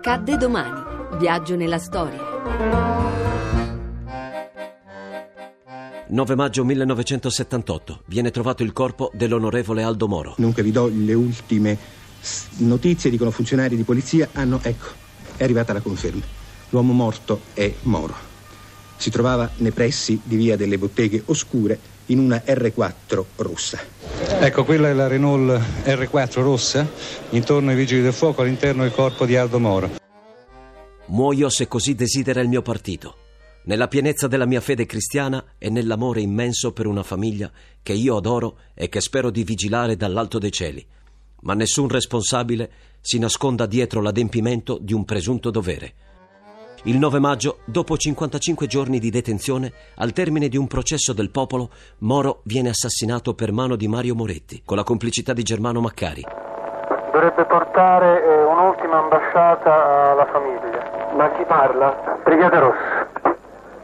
Accadde domani. Viaggio nella storia. 9 maggio 1978. Viene trovato il corpo dell'onorevole Aldo Moro. Dunque vi do le ultime notizie, dicono funzionari di polizia. Ecco, è arrivata la conferma. L'uomo morto è Moro. Si trovava nei pressi di via delle Botteghe Oscure in una R4 rossa. Ecco, quella è la Renault R4 rossa, intorno ai vigili del fuoco, all'interno il corpo di Aldo Moro. Muoio se così desidera il mio partito, nella pienezza della mia fede cristiana e nell'amore immenso per una famiglia che io adoro e che spero di vigilare dall'alto dei cieli. Ma nessun responsabile si nasconda dietro l'adempimento di un presunto dovere. Il 9 maggio, dopo 55 giorni di detenzione, al termine di un processo del popolo, Moro viene assassinato per mano di Mario Moretti, con la complicità di Germano Maccari. Dovrebbe portare un'ultima ambasciata alla famiglia. Ma chi parla? Brigata Rossa.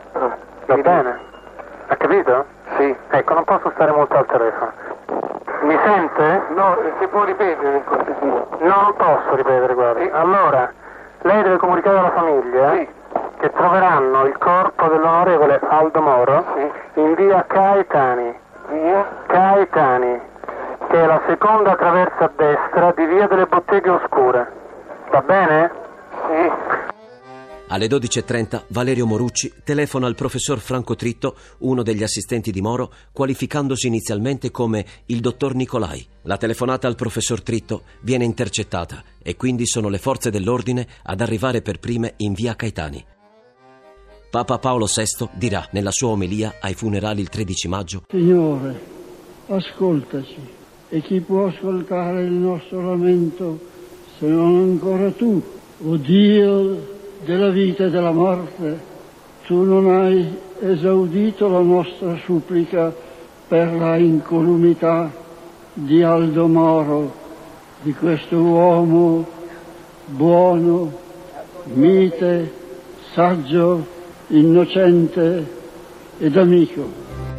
Va bene? Ha capito? Sì. Ecco, non posso stare molto al telefono. Mi sente? No, si può ripetere in cortesia. No, non posso ripetere, guardi. Sì. Allora, lei deve comunicare alla famiglia che troveranno il corpo dell'onorevole Aldo Moro in via Caetani. Via? Caetani, che è la seconda traversa a destra di via delle Botteghe Oscure. Va bene? Sì. Alle 12:30 Valerio Morucci telefona al professor Franco Tritto, uno degli assistenti di Moro, qualificandosi inizialmente come il dottor Nicolai. La telefonata al professor Tritto viene intercettata e quindi sono le forze dell'ordine ad arrivare per prime in via Caetani. Papa Paolo VI dirà nella sua omelia ai funerali il 13 maggio: Signore, ascoltaci, e chi può ascoltare il nostro lamento se non ancora tu, o Dio della vita e della morte? Tu non hai esaudito la nostra supplica per la incolumità di Aldo Moro, di questo uomo buono, mite, saggio, innocente ed amico.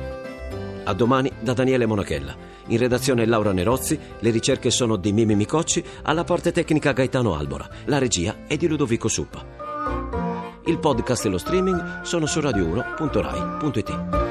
A domani da Daniele Monachella. In redazione Laura Nerozzi, le ricerche sono di Mimi Micocci, alla parte tecnica Gaetano Albora, la regia è di Ludovico Suppa. Il podcast e lo streaming sono su radio1.rai.it.